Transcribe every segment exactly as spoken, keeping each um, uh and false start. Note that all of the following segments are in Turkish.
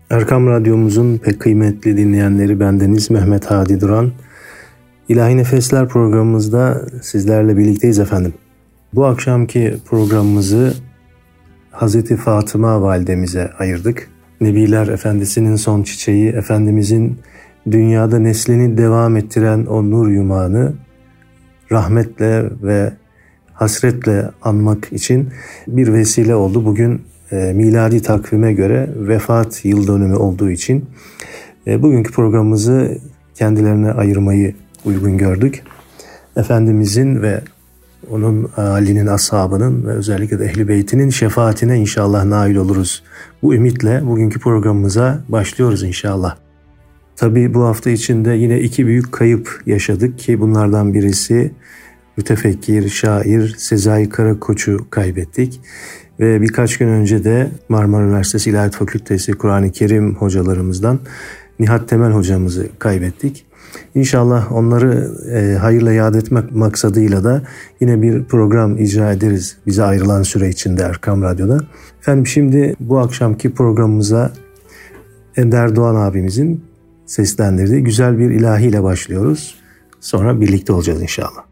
Erkam Radyomuzun pek kıymetli dinleyenleri, bendeniz Mehmet Hadi Duran. İlahi Nefesler programımızda sizlerle birlikteyiz efendim. Bu akşamki programımızı Hazreti Fatıma validemize ayırdık. Nebiler Efendisi'nin son çiçeği, Efendimizin dünyada neslini devam ettiren o nur yumağını rahmetle ve hasretle anmak için bir vesile oldu. Bugün e, miladi takvime göre vefat yıl dönümü olduğu için e, bugünkü programımızı kendilerine ayırmayı uygun gördük. Efendimizin ve onun âlinin, ashabının ve özellikle de Ehl-i Beytinin şefaatine inşallah nail oluruz. Bu ümitle bugünkü programımıza başlıyoruz inşallah. Tabii bu hafta içinde yine iki büyük kayıp yaşadık ki bunlardan birisi mütefekkir, şair Sezai Karakoç'u kaybettik. Ve birkaç gün önce de Marmara Üniversitesi İlahiyat Fakültesi Kur'an-ı Kerim hocalarımızdan Nihat Temel hocamızı kaybettik. İnşallah onları e, hayırla yad etmek maksadıyla da yine bir program icra ederiz bize ayrılan süre içinde Erkam Radyo'da. Efendim şimdi bu akşamki programımıza Ender Doğan abimizin seslendirdiği güzel bir ilahiyle başlıyoruz. Sonra birlikte olacağız inşallah.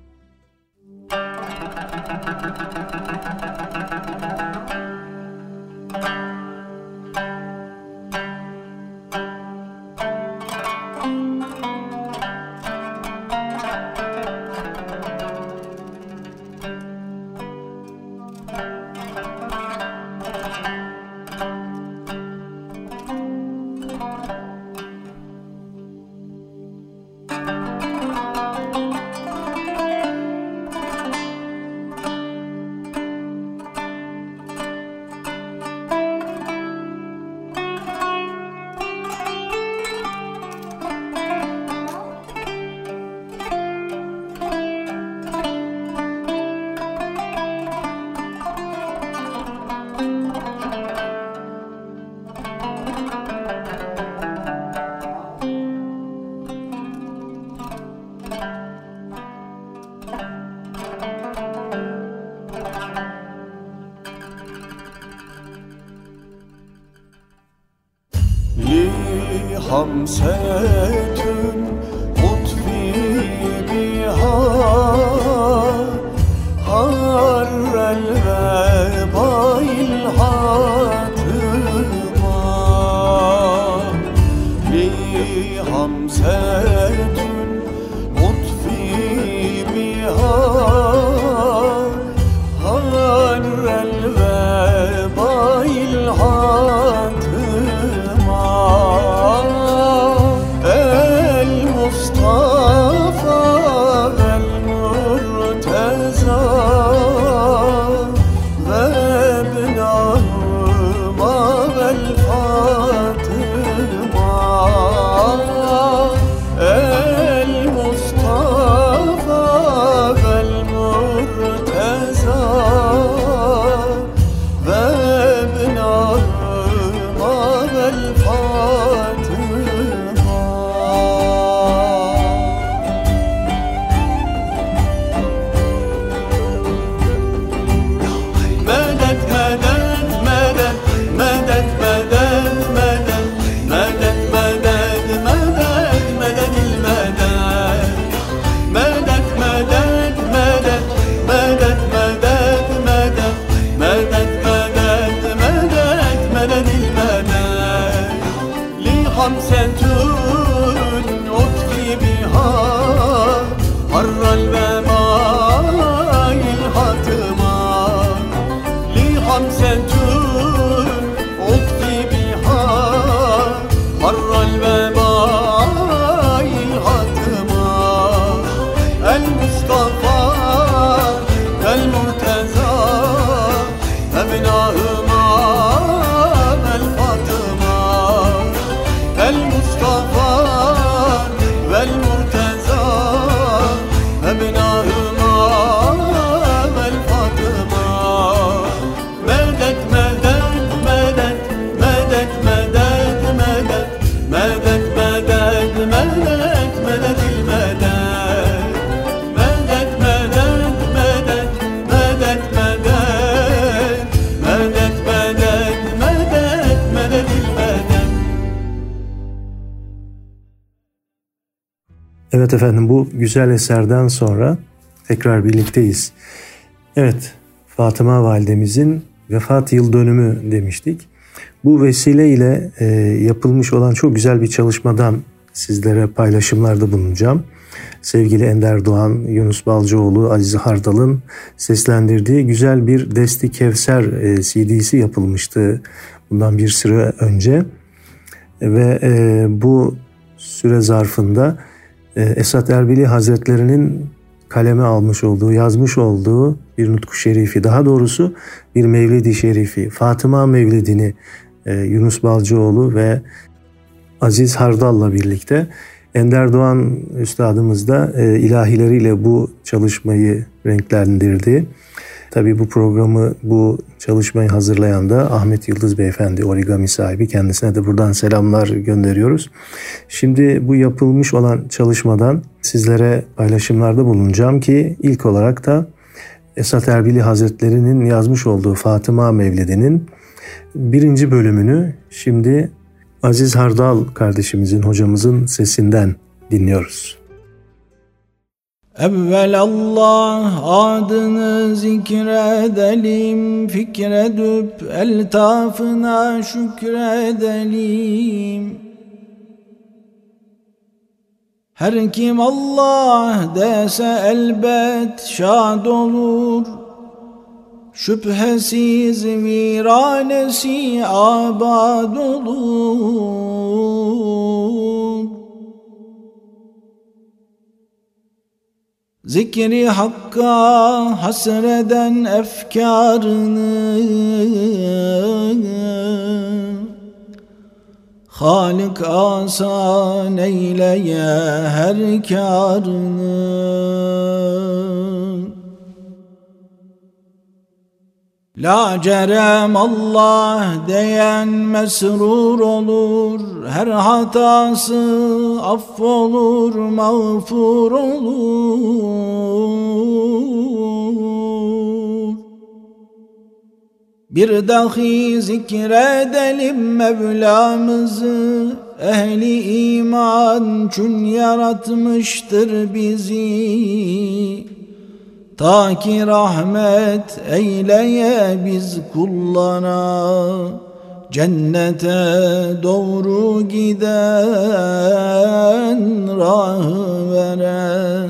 Hamsetün kutbi bihar harrel vebail hatıma li hamsetün kutbi bihar harrel vebail hatıma medet medet medet medet Evet efendim, bu güzel eserden sonra tekrar birlikteyiz. Evet, Fatıma Validemizin vefat yıl dönümü demiştik. Bu vesileyle e, yapılmış olan çok güzel bir çalışmadan sizlere paylaşımlarda bulunacağım. Sevgili Ender Doğan, Yunus Balcıoğlu, Aziz Hardal'ın seslendirdiği güzel bir Desti Kevser e, C D'si yapılmıştı bundan bir süre önce. Ve e, bu süre zarfında e, Esat Erbili Hazretleri'nin kaleme almış olduğu, yazmış olduğu bir nutku şerifi, daha doğrusu bir mevlid-i şerifi, Fatıma Mevlidini e, Yunus Balcıoğlu ve Aziz Hardal'la birlikte Ender Doğan Üstadımız da e, ilahileriyle bu çalışmayı renklendirdi. Tabii bu programı, bu çalışmayı hazırlayan da Ahmet Yıldız Beyefendi, origami sahibi. Kendisine de buradan selamlar gönderiyoruz. Şimdi bu yapılmış olan çalışmadan sizlere paylaşımlarda bulunacağım ki ilk olarak da Esat Erbili Hazretleri'nin yazmış olduğu Fatıma Mevlidi'nin birinci bölümünü şimdi Aziz Hardal kardeşimizin, hocamızın sesinden dinliyoruz. Evvel Allah adını zikredelim, fikredip eltafına şükredelim. Her kim Allah dese elbet şad olur, şüphesiz viranesi abad olur. Zikri Hakk'a hasreden efkarını Halik asan eyleye her kârını. La cerem Allah diyen mesrur olur, her hatası affolur, mağfur olur. Bir dahi zikredelim Mevlamızı, ehli iman çün yaratmıştır bizi. Ta ki rahmet eyleye biz kullara, cennete doğru giden rahı vere.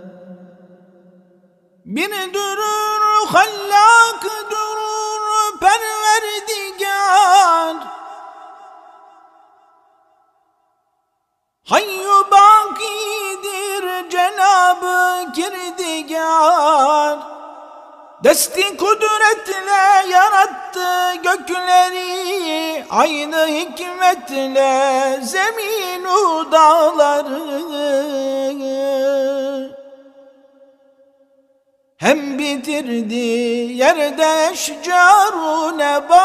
Bir durur hallak durur perverdigar, hayyu bakidir Cenab-ı Kirdigar. Desti kudretle yarattı gökleri, aynı hikmetle zeminu dağları. Hem bitirdi yerde eşcaru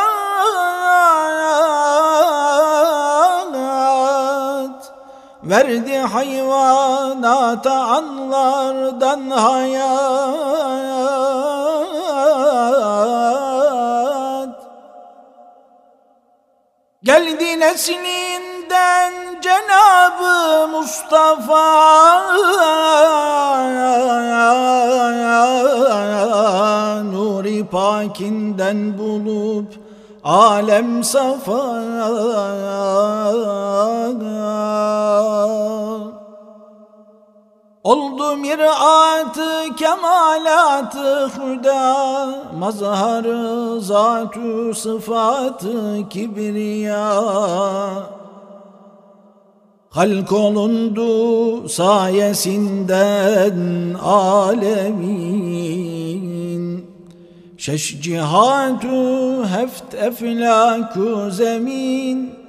nebat, verdi hayvanata anlardan hayat. Geldi neslinden Cenab-ı Mustafa, Nur-i Pakinden bulup alem safa. Oldu mirat-ı kemalat-ı huda, mazhar-ı zat-ı sıfat-ı kibriya. Halk olundu sayesinden alemin, şeş cihat-ı heft eflak-ı zemin.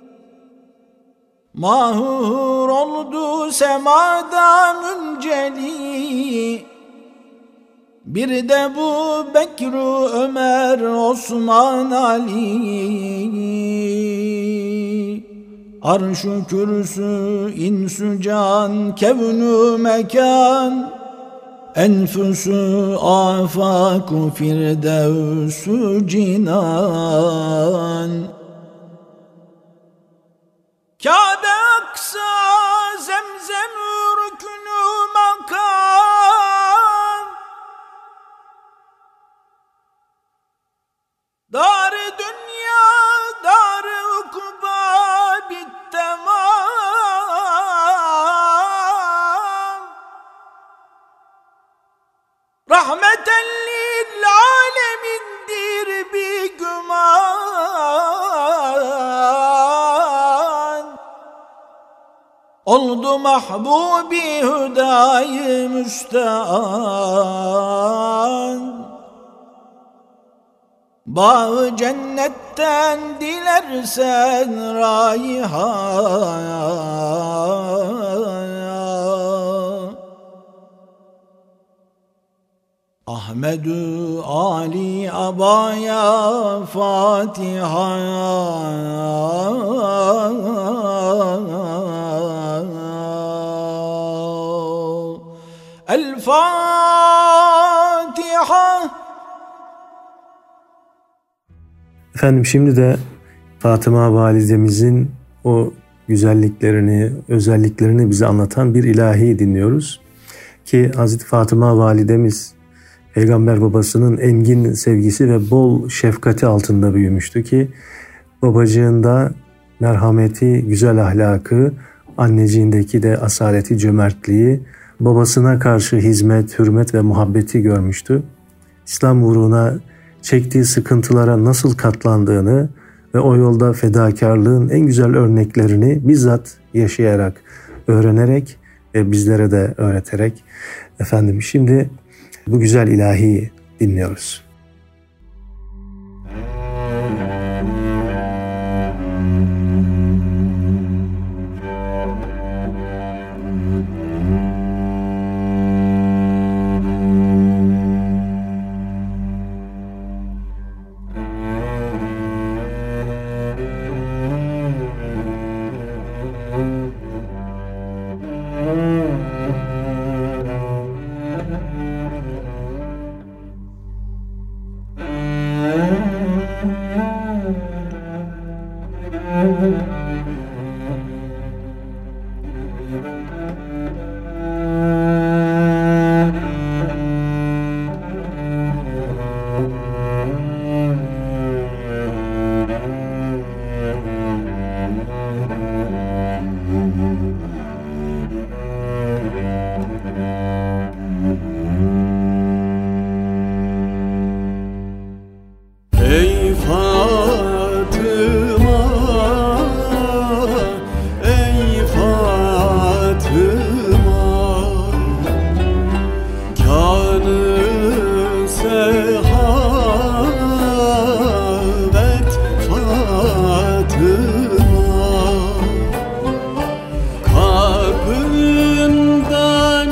Mahur oldu semada münceli, bir de bu Bekru Ömer Osman Ali. Arş-ı kürsü insü can kevnü mekan, enfüsü afak-ı firdevsü cinan. Kabe Aksa Zemzem ürkü oldu mahbubi hüdayı müstean. Bağı cennetten dilersen rayhan. Ahmedü Ali abaya Fatiha. El Fatiha. Efendim şimdi de Fatıma validemizin o güzelliklerini, özelliklerini bize anlatan bir ilahi dinliyoruz. Ki Hazreti Fatıma validemiz Peygamber babasının engin sevgisi ve bol şefkati altında büyümüştü ki babacığında merhameti, güzel ahlakı, anneciğindeki de asaleti, cömertliği, babasına karşı hizmet, hürmet ve muhabbeti görmüştü. İslam uğruna çektiği sıkıntılara nasıl katlandığını ve o yolda fedakarlığın en güzel örneklerini bizzat yaşayarak, öğrenerek ve bizlere de öğreterek efendim şimdi bu güzel ilahi dinliyoruz. Ey Fatıma, ey Fatıma, kânı sehavet Fatıma, kapından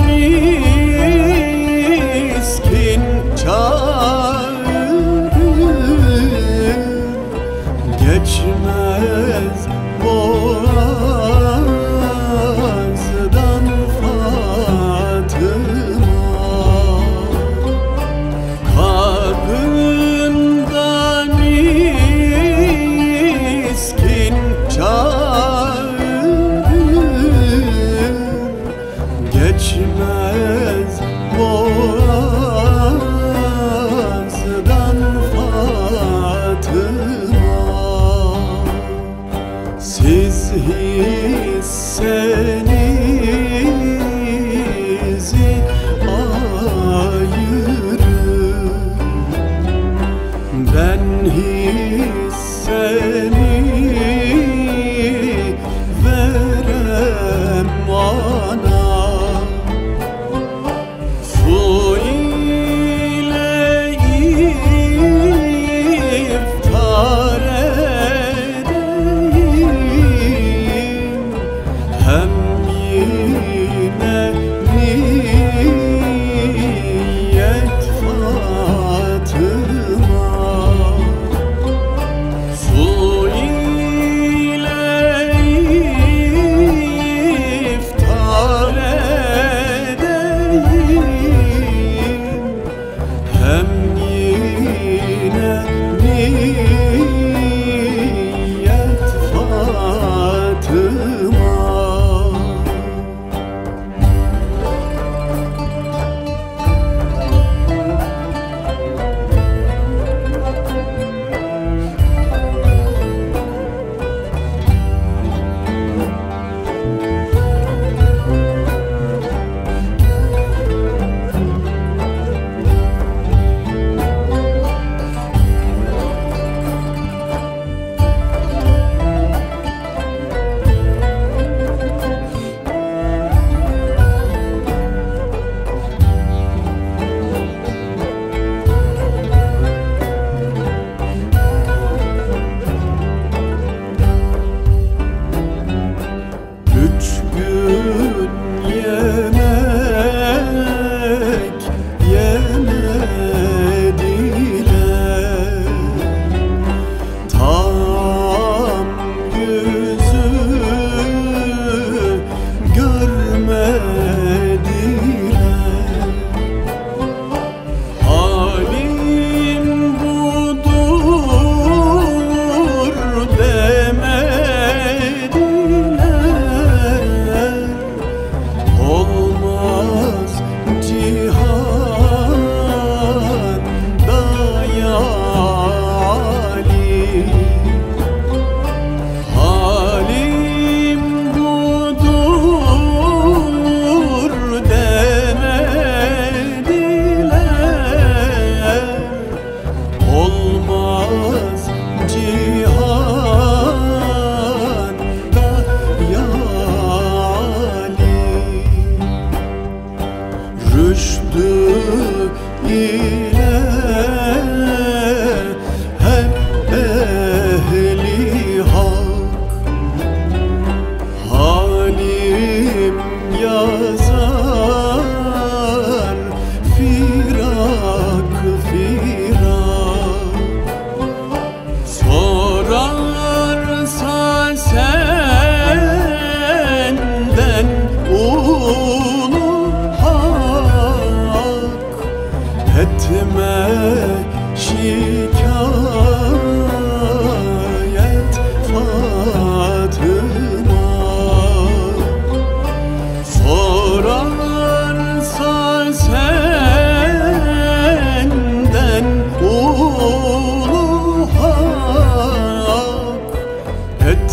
miskin çağır geçmez boğazdan Fatıma, kapından miskin çağır geçmez boğazdan Fatıma. Siz hissenizi ayırın, ben hisseni verem ana. Su ile iftar edeyim, hem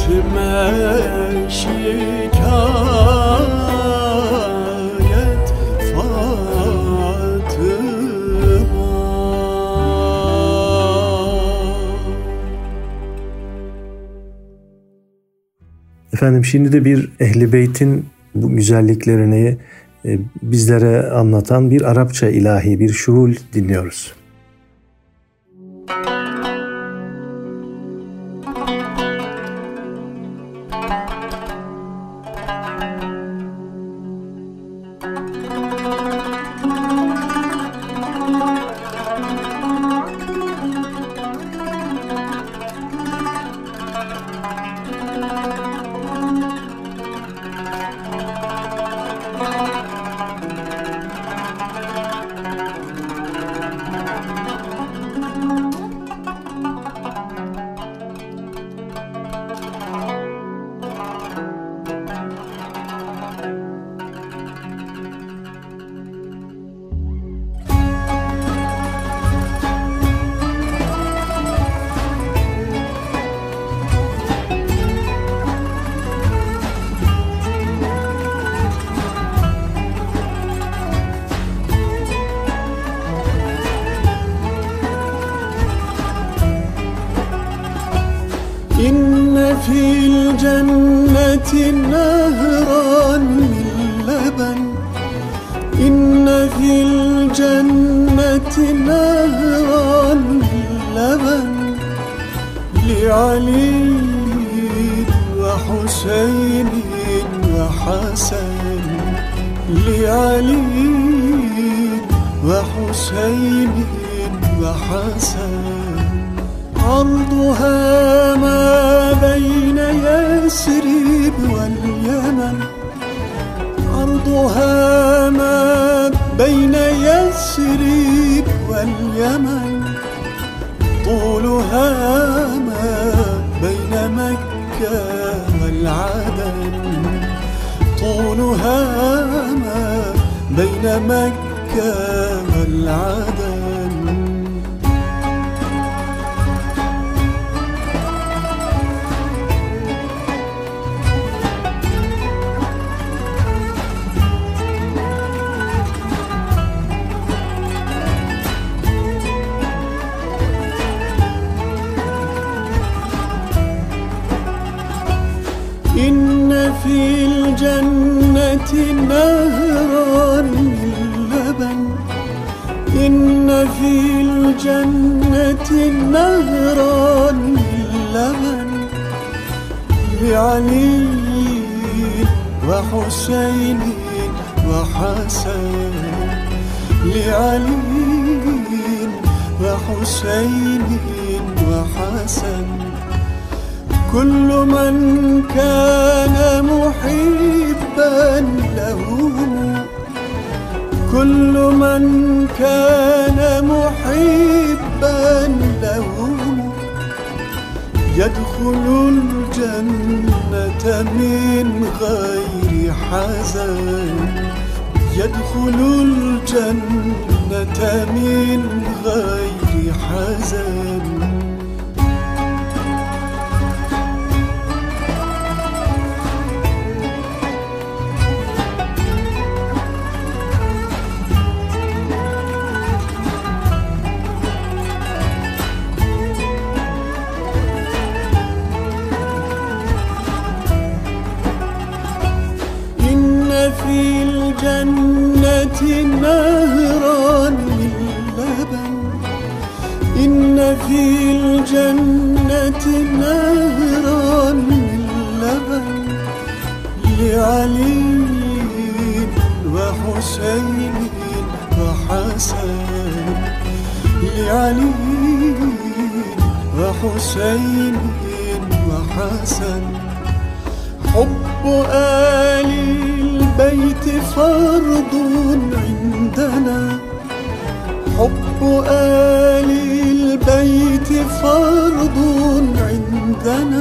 etme şikayet Fatıma. Efendim şimdi de bir Ehl-i Beyt'in bu güzelliklerini e, bizlere anlatan bir Arapça ilahi, bir şuul dinliyoruz. İnne fil cenneti nehran min leben İnne fil cenneti nehran min leben Li Ali ve Hüseyin ve Hasan Li Ali ve Hüseyin ve Hasan عرضها ما بين يثرب واليمن عرضها ما بين يثرب واليمن طولها ما بين مكة والعدن طولها ما بين مكة والعدن إن في الجنة نهرا من لبن إن في الجنة نهرا من لبن لعلي وحسين وحسن لعلي وحسين وحسن كل من كان محبا لهم كل من كان محبا لهم يدخل الجنة من غير حزن يدخل الجنة من غير حزن في الجنة نهرا من لبن إن في الجنة نهرا من لبن لعلي وحسين وحسن لعلي وحسين وحسن حب آل البيت فرض عندنا حب آل البيت فرض عندنا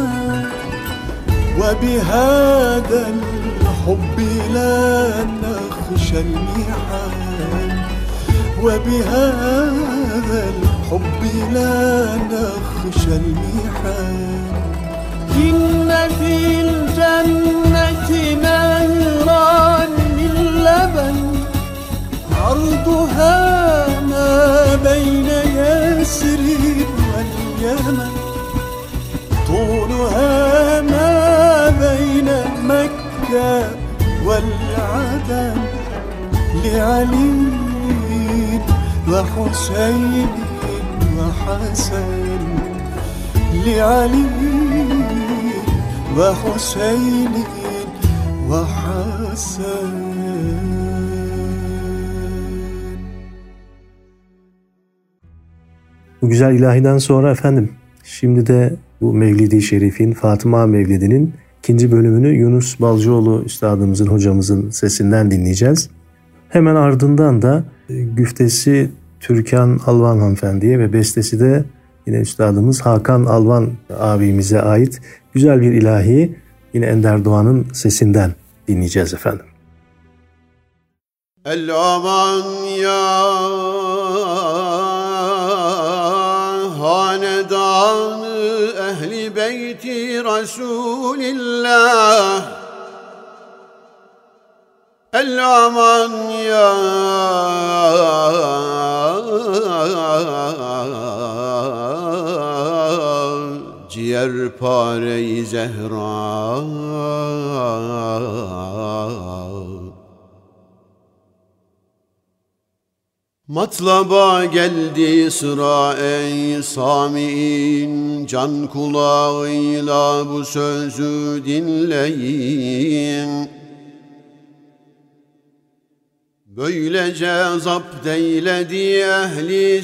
وبهذا الحب لا نخشى المحال وبهذا الحب لا نخشى المحال إن في مكة والعدن لعلي وحسين وحسن لعلي وحسين وحسن. Bu güzel ilahiden sonra efendim, şimdi de bu Mevlid-i Şerif'in, Fatıma Mevlidi'nin ikinci bölümünü Yunus Balcıoğlu üstadımızın, hocamızın sesinden dinleyeceğiz. Hemen ardından da güftesi Türkan Alvan hanımefendiye ve bestesi de yine üstadımız Hakan Alvan abimize ait güzel bir ilahi yine Ender Doğan'ın sesinden dinleyeceğiz efendim. El aman ya hanedanı ehli beyti Resulillah, el aman ya ciğerpare-i Zehra, matlaba geldi sıra ey sami'in, can kulağıyla bu sözü dinleyin. Böylece zapt eyledi ehli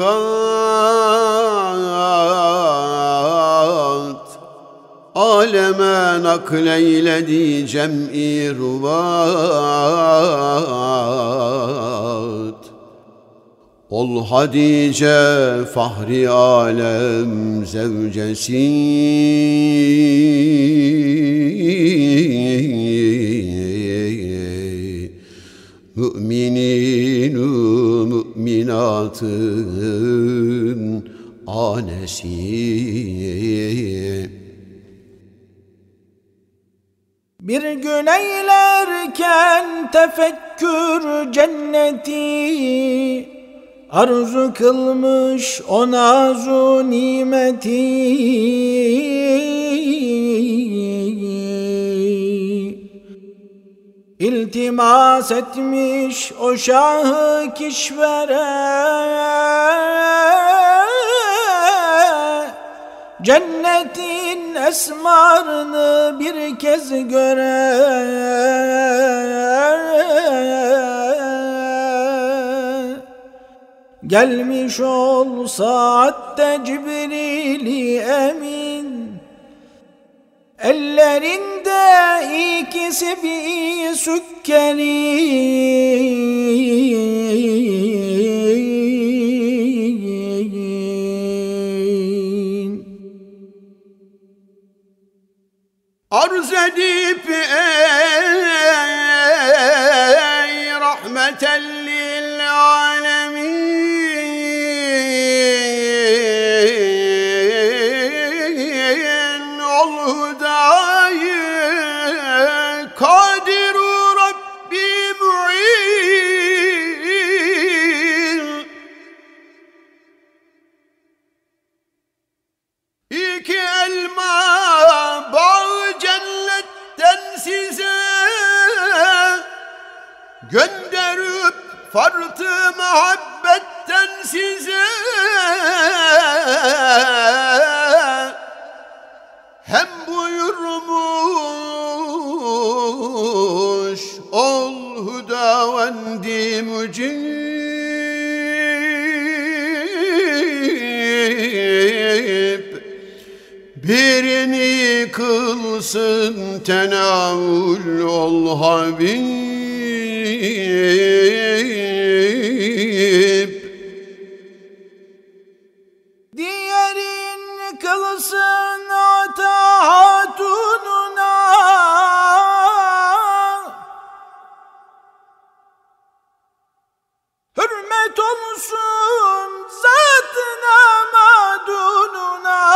sikat, aleme nakleyledi cem'i ruvat. Ol Hadice fahri alem zevcesi, müminin müminatın anesi. Bir gün eylerken tefekkür cenneti, arzu kılmış o nazu nimeti. İltimas etmiş o şahı kişvere, cennetin esmarını bir kez göre. Gelmiş olsa hatta Cibril-i Emin, ellerinde ikisi bir sükkeli. Arz edip ey rahmeten lil alemin, ol hudayı kadiru Rabbi mu'in. İki elma bağı cennetten size gönderip fartı muhabbetten size, hem buyurmuş ol hudavendi mücib, birini kılsın tenavül ol Habib. Diğerin kılsın ata hatununa, hürmet olsun zatına madununa.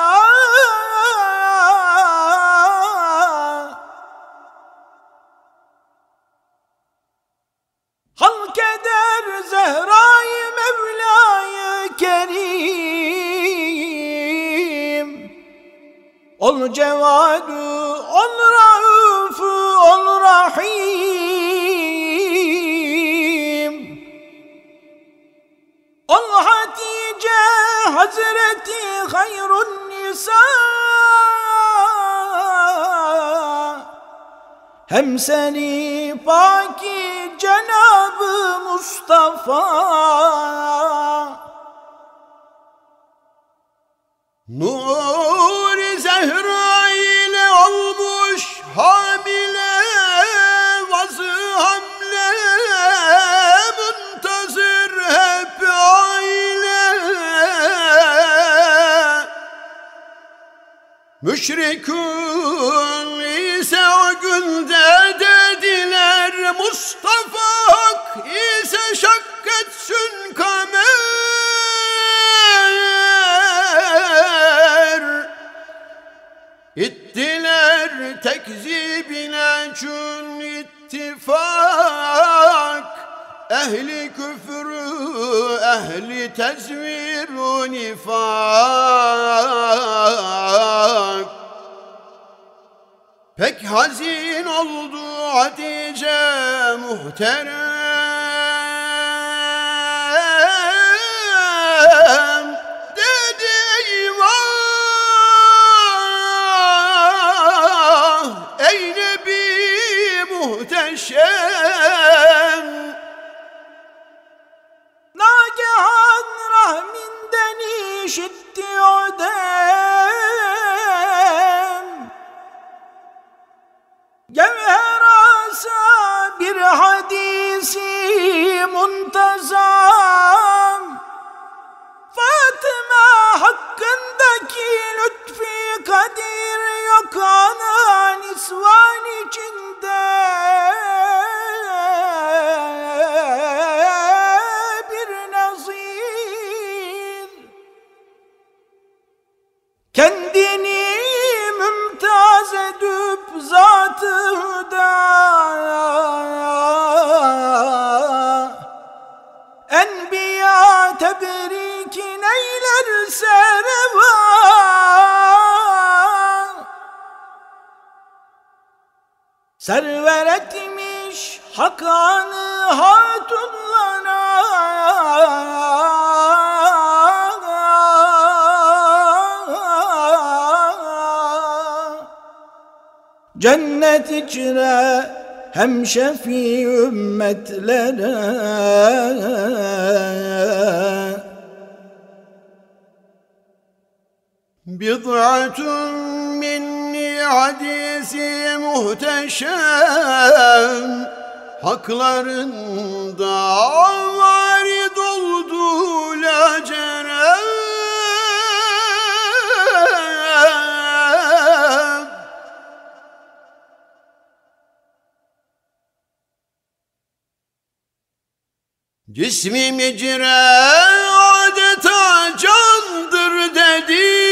Halk eder Zehra-i Mevla-i Kerim, ol cevadu ol rauf Rahim. Ol Hatice Hazreti Hayrun Nisa, hem seni paki Cenab-ı Mustafa. Nur-i Zehra ile olmuş hamile, vazı hamle muntazır hep aile. Müşrikun ise o günde dediler, Mustafa Hak ise şak etsün kamer. İttiler tekzibine çün ittifak, ehli küfrü ehli tezvir nifak. Pek hazin oldu Hatice muhterem, dedi vah ey Nebi muhteşem. Nagehan rahminden işitti o dem, Gevher asa bir hadisi muntazam, Fatıma hakkındaki lütfi kadir yok ana nisvan içinde. Bir nazir kendini mümtaz edip zat-ı da enbiya tebrikin eylerse reva. Server etmiş hakanı hatunlara, cennet içre hem şefi ümmetlere. Bid'atun minni hadisi muhteşem, haklarında varid oldu lacerem. Cismi mecre adeta candır dedi,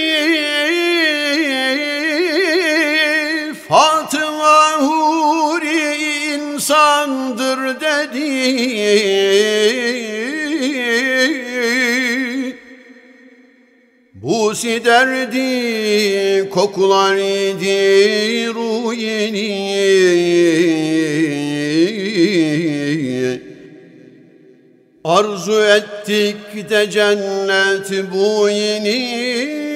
Fatıma huri insandır dedi. Bu si derdi kokular idi ruyeni, arzu ettik de cennet bu yeni.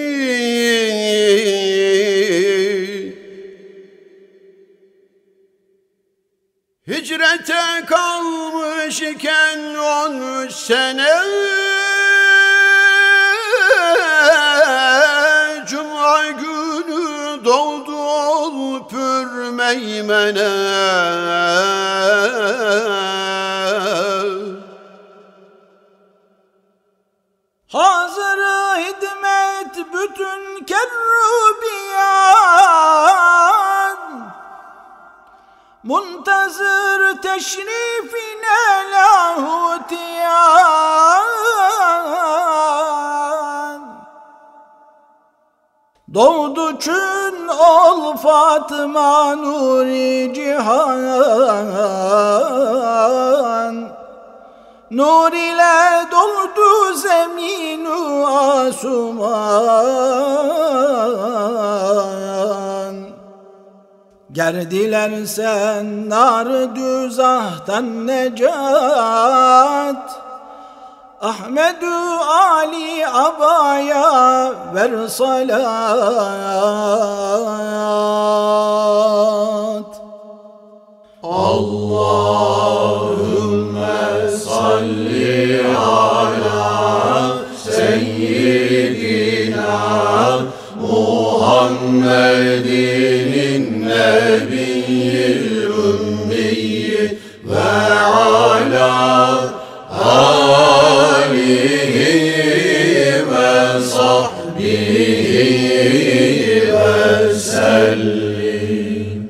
Hicrete kalmış iken on üç sene, Cuma günü doğdu ol pür meymene. Hazır hidmet bütün kerrubiyan, muntazır teşrifine lahutiyan. Doğdu çün ol Fatıma nuri cihan, nur ile doldu zeminu asuman. ger dilersen nar düzahtan necat. Ahmedu Ali abaya ver salat. Allahümme salli ala seyyidina Muhammedin nebiyyil ümmiyyi ve ala alihi ve sahbihi ve sellim.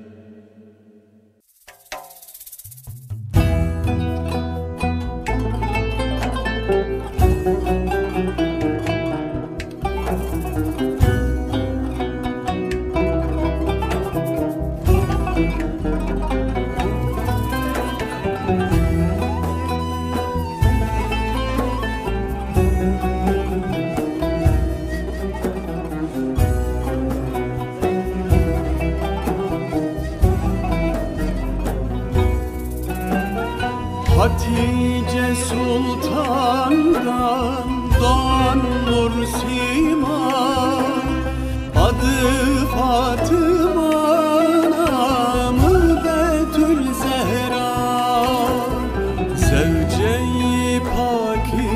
Hatice Sultan'dan doğan nur sima, adı Fatıma, namı Betül Zehra. Zevce-i Pâk-i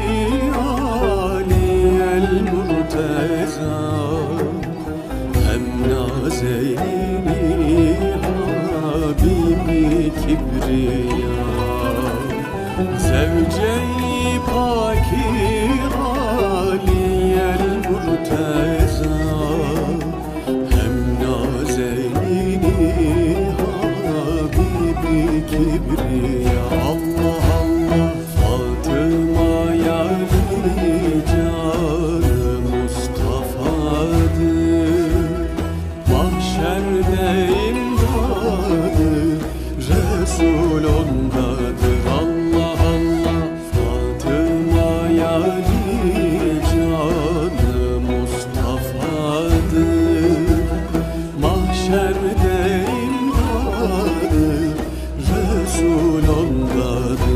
Âliyel Murteza, hem Nazeyni Habibi Kibriya. Zevce-i Pâk-i Âliyel Murteza, hem Nazeyni Habibi Kibriya. Allah Allah Fatıma yâri canı Mustafa'dır, mahşerde imdadı Resul ondadır. Allah Allah Fatıma yâri canı Mustafa'dır, mahşerde imdadı Resul ondadır.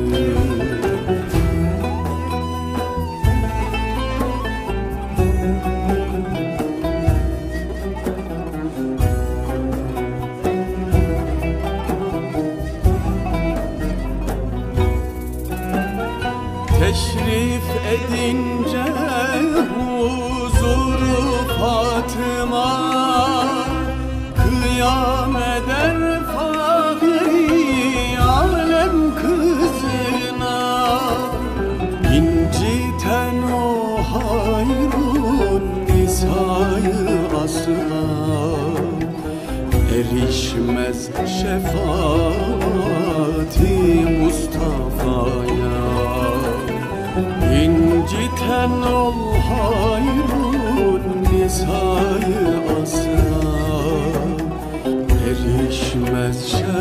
Teşrif edince huzuru Fatıma, kıyam eder fahri alem kızına. İnciten o hayrun nisayı asla, erişmez şefaati Mustafa'ya. İnciten ol hayrun nisayı asla, erişmez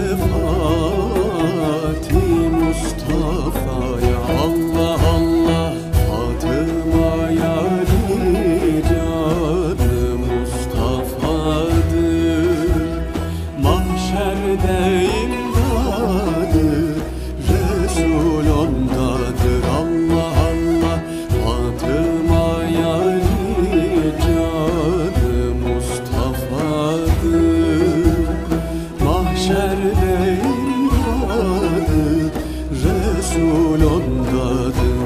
şefaati Mustafa'ya. Allah Allah Fatıma yâri canı Mustafa'dır, mahşerde imdadı Resul ondadır. Allah Allah Fatıma yâri canı Mustafa'dır, mahşerde imdadı Resul ondadır.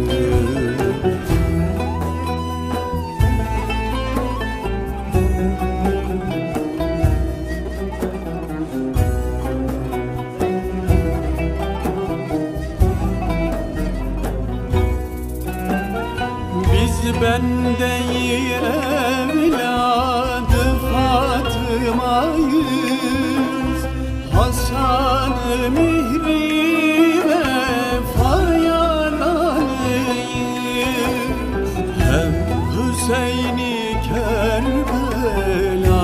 Biz bendeyi evladı Fatıma'yız, Hasan-ı Mihri vefayanayız. Hem Hüseyin-i Kerbela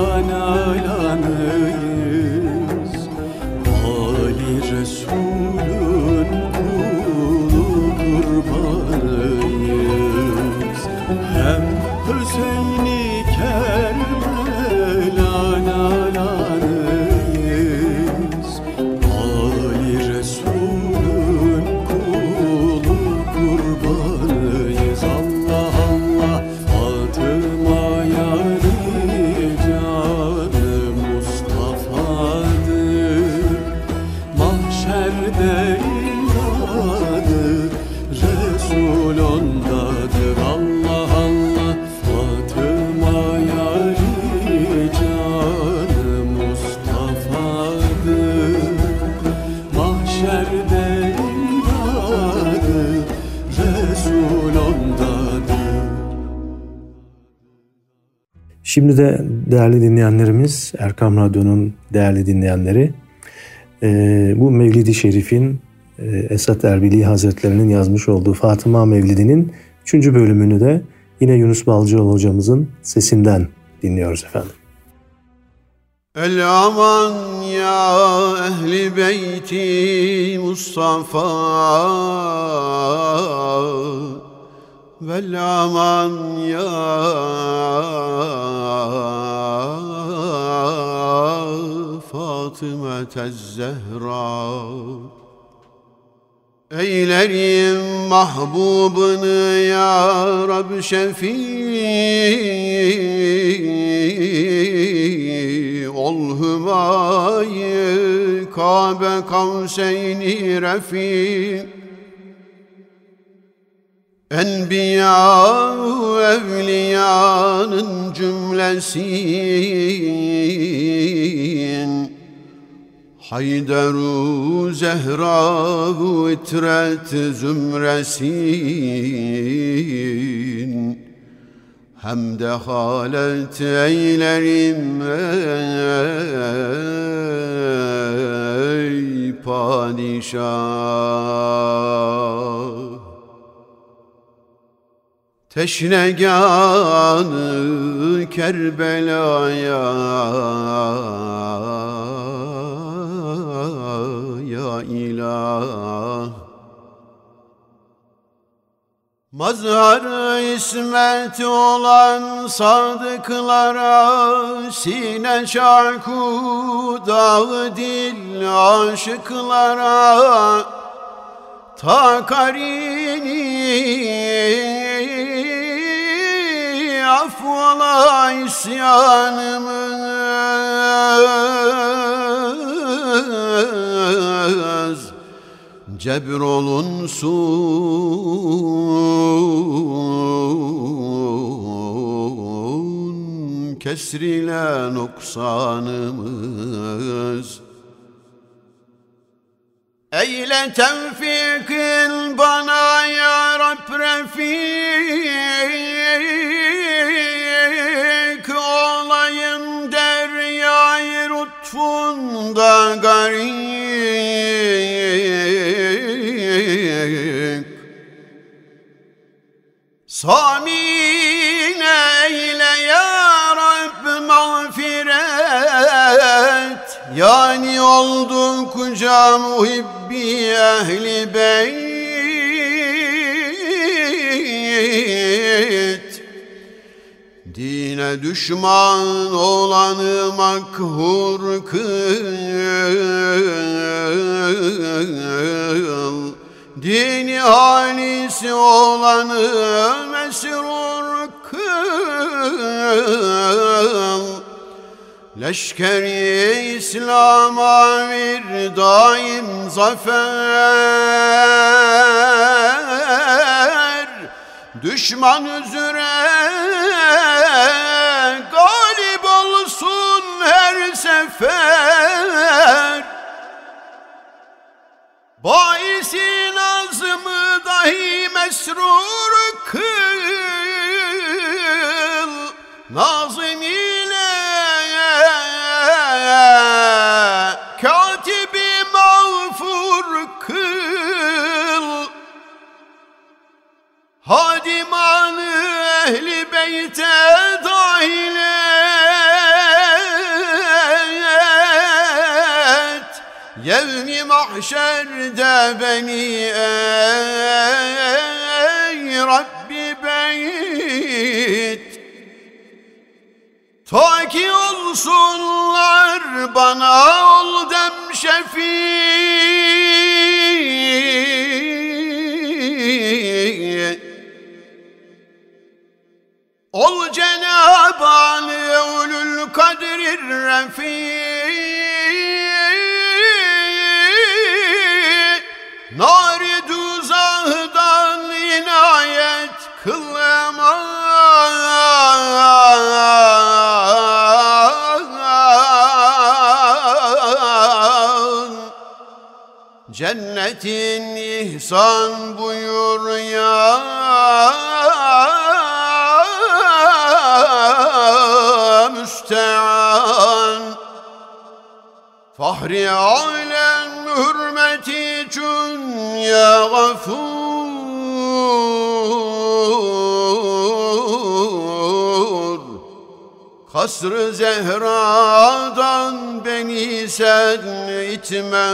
nalanıyız, Ali Resul'ün kulu kurbanıyız. Hem Hüseyin-i Kerbela nalanıyız, Şimdi de değerli dinleyenlerimiz, Erkam Radyo'nun değerli dinleyenleri, bu Mevlid-i Şerif'in Esat Erbili Hazretleri'nin yazmış olduğu Fatıma Mevlidi'nin üçüncü bölümünü de yine Yunus Balcıoğlu hocamızın sesinden dinliyoruz efendim. El aman ya ehli beyti Mustafa, vel aman ya Fatıma tez-Zehra. Eylerim mahbubunu ya Rab şefii, ol hümayı Kabe kavseyni refi. Enbiya evliyanın cümlesin, Hayder-u Zehra-u itret zümresin. Hem de halet eylerim ey padişah. Teşneganı Kerbela'ya ya ilah. Mazhar-ı ismet olan sadıklara, sine şarku dağı dil aşıklara, ta karini affola isyanımız, cebr olunsun kesrile noksanımız. Eyle tevfikil bana ya Rab refik, olayım deryayı lütfunda garik. Samine eyle ya Rab mağfiret, yani oldukça muhibbi ehli beyt. Dine düşman olanı makhur kıl, dini halisi olanı mesrur kıl. Leşkeri İslam'a bir daim zafer, düşman üzere galip olsun her sefer. Baisi nazımı dahi mesrur kıl, nazım ile katibi mağfur kıl. Hadimanı ehli beyte dahil et, yevmi mahşerde beni ey Rabbi beyt. Ta ki olsunlar bana ol dem şefii, ol Cenab-ı Ali ulul kadrir refii. Nar-ı duzahdan inayet kılman, cennetin ihsan buyur ya Fahri alem hürmeti için ya gafur, Kasr-ı Zehra'dan beni sen itme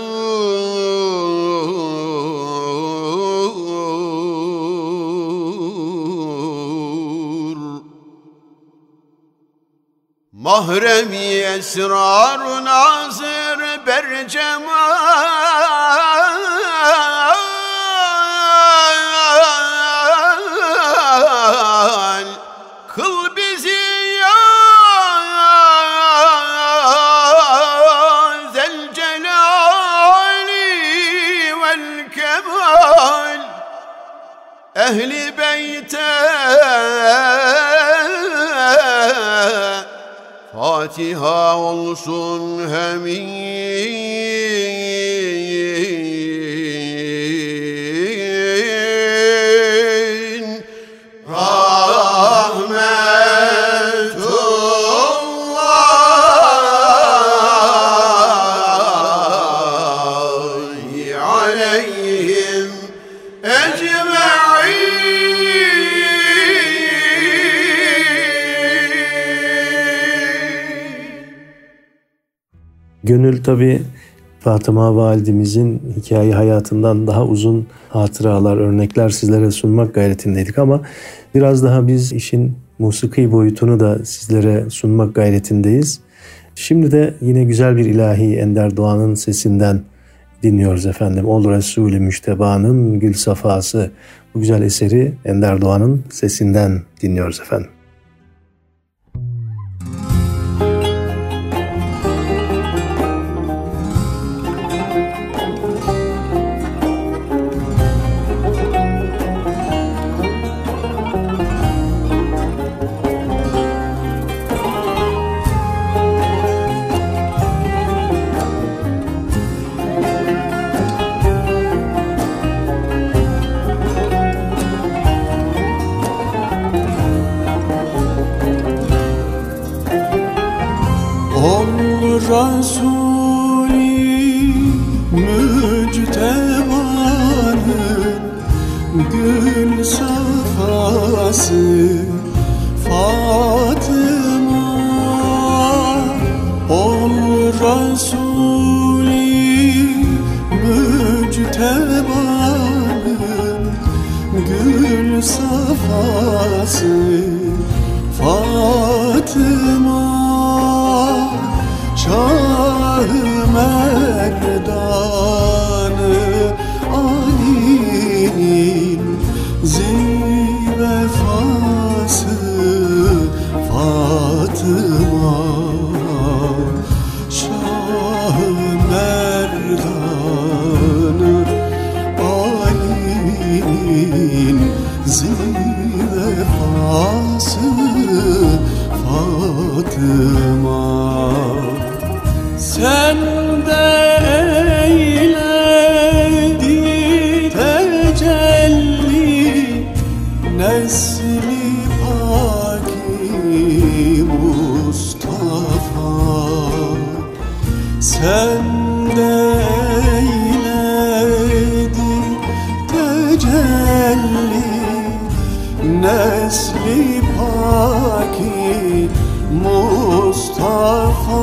dur. Mahremi esrar-ı nazır bercemal, kıl bizi ya zelcelali vel kemal. Ehli beyte Fatiha olsun hemin, rahmetullahi aleyhim ecma'in. Gönül tabii Fatıma Validemizin hikaye hayatından daha uzun hatıralar, örnekler sizlere sunmak gayretindeydik ama biraz daha biz işin musiki boyutunu da sizlere sunmak gayretindeyiz. Şimdi de yine güzel bir ilahi Ender Doğan'ın sesinden dinliyoruz efendim. Ol Resul-i Müşteba'nın gül safası. Bu güzel eseri Ender Doğan'ın sesinden dinliyoruz efendim. Resul-i Müctebanın gül safası Fatıma, ol Resul-i Müctebanın gül safası Fatıma, Şah-ı Merdan-ı Ali'nin zivefası Fatıma, Şah-ı Merdan-ı Ali'nin zivefası Fatıma. Sen de eyledi tecelli nesli pâki Mustafa. Sen de eyledi tecelli nesli pâki Mustafa.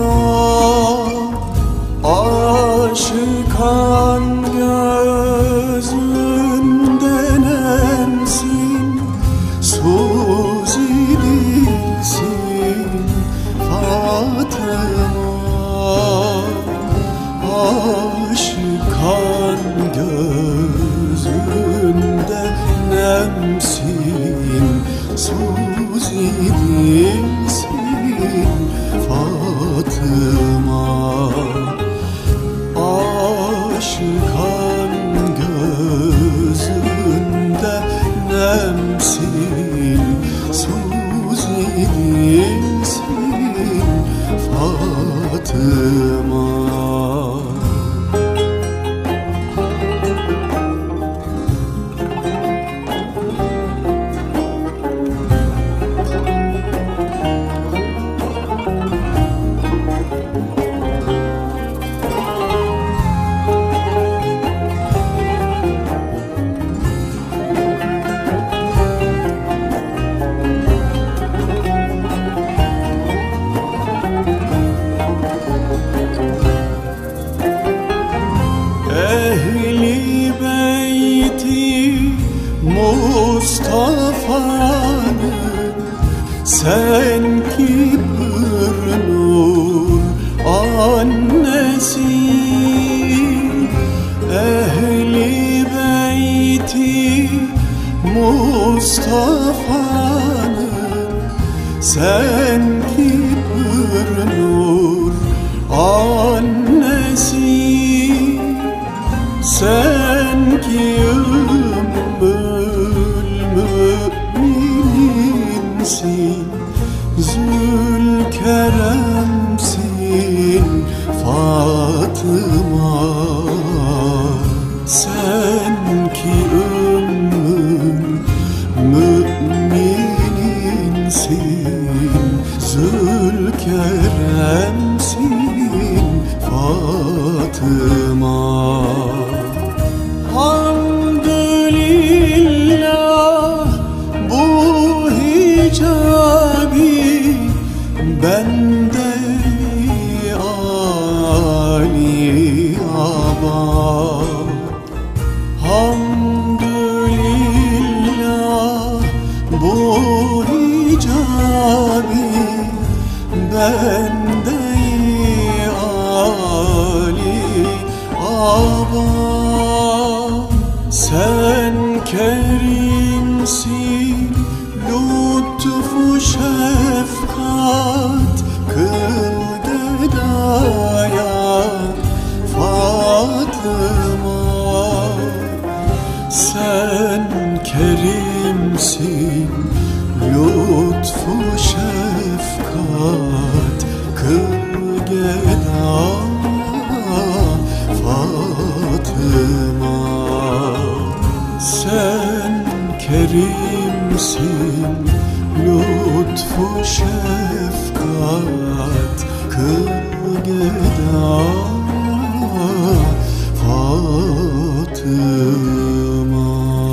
Aşıkan gözünden emsin, suzi dilsin Fatıma. Aşıkan gözünden emsin, suzi dilsin Fatıma. Aşıkan gözünde nemsin, suzi dilsin Fatıma. annesi, ehli beyti Mustafa'nın, sen ki pür nur annesi, sen ki ümmül müminsin, Zülkerem'sin Fatıma, sen ki ümmül müminsin, Zülkerem'sin Fatıma. Hamdülillah bu hicabi bende Ali Abad. Hamdülillah bu hicabi bende Ali Abad. Sen kerimsin, lütfu şefkat kıl gedaya Fatıma. Sen kerimsin, lütfu şefkat kıl gedaya Fatıma. Sen kerimsin, lütfu şefkat kıl gedaya Fatıma.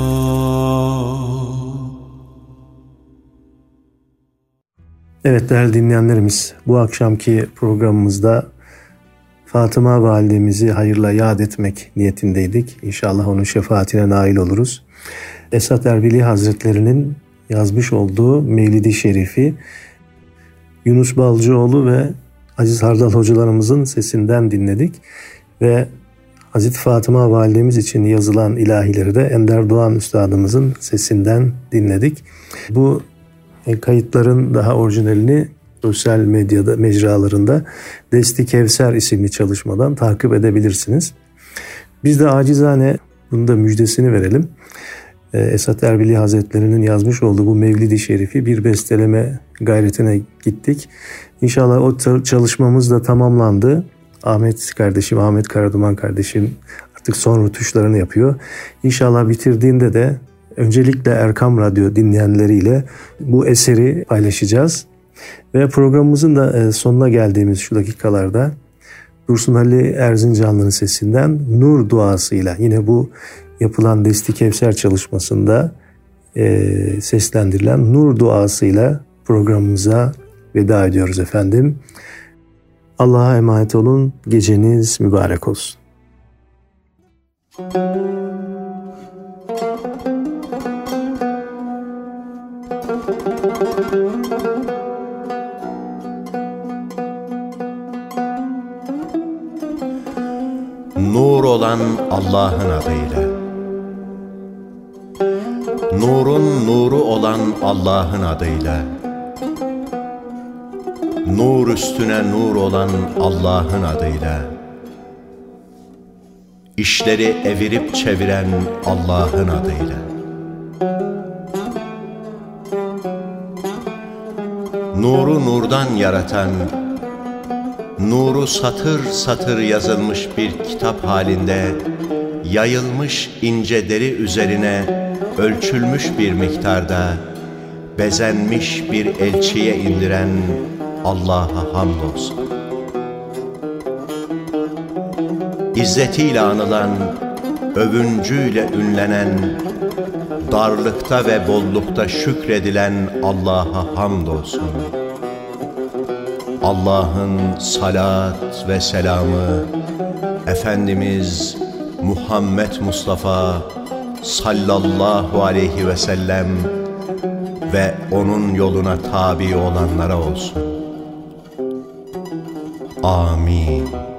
Evet değerli dinleyenlerimiz, bu akşamki programımızda Fatıma validemizi hayırla yad etmek niyetindeydik. İnşallah onun şefaatine nail oluruz. Esat Erbili Hazretleri'nin yazmış olduğu Mevlid-i Şerifi Yunus Balcıoğlu ve Aziz Hardal hocalarımızın sesinden dinledik ve Hazreti Fatıma validemiz için yazılan ilahileri de Ender Doğan üstadımızın sesinden dinledik. Bu kayıtların daha orijinalini sosyal medyada, mecralarında Desti Kevser isimli çalışmadan takip edebilirsiniz. Biz de acizane bunun da müjdesini verelim. Esat Erbili Hazretleri'nin yazmış olduğu bu Mevlid-i Şerifi bir besteleme gayretine gittik. İnşallah o çalışmamız da tamamlandı. Ahmet kardeşim, Ahmet Karaduman kardeşim artık son rötuşlarını yapıyor. İnşallah bitirdiğinde de öncelikle Erkam Radyo dinleyenleriyle bu eseri paylaşacağız. Ve programımızın da sonuna geldiğimiz şu dakikalarda Dursun Ali Erzincanlı'nın sesinden Nur duasıyla, yine bu yapılan Desti Kevser çalışmasında e, seslendirilen Nur duasıyla programımıza veda ediyoruz efendim. Allah'a emanet olun. Geceniz mübarek olsun. Nur olan Allah'ın adıyla. Nurun nuru olan Allah'ın adıyla. Nur üstüne nur olan Allah'ın adıyla. İşleri evirip çeviren Allah'ın adıyla. Nuru nurdan yaratan, nuru satır satır yazılmış bir kitap halinde, yayılmış ince deri üzerine ölçülmüş bir miktarda, bezenmiş bir elçiye indiren Allah'a hamdolsun. İzzetiyle anılan, övüncüyle ünlenen, darlıkta ve bollukta şükredilen Allah'a hamdolsun. Allah'ın salat ve selamı Efendimiz Muhammed Mustafa sallallahu aleyhi ve sellem ve onun yoluna tabi olanlara olsun. Amin.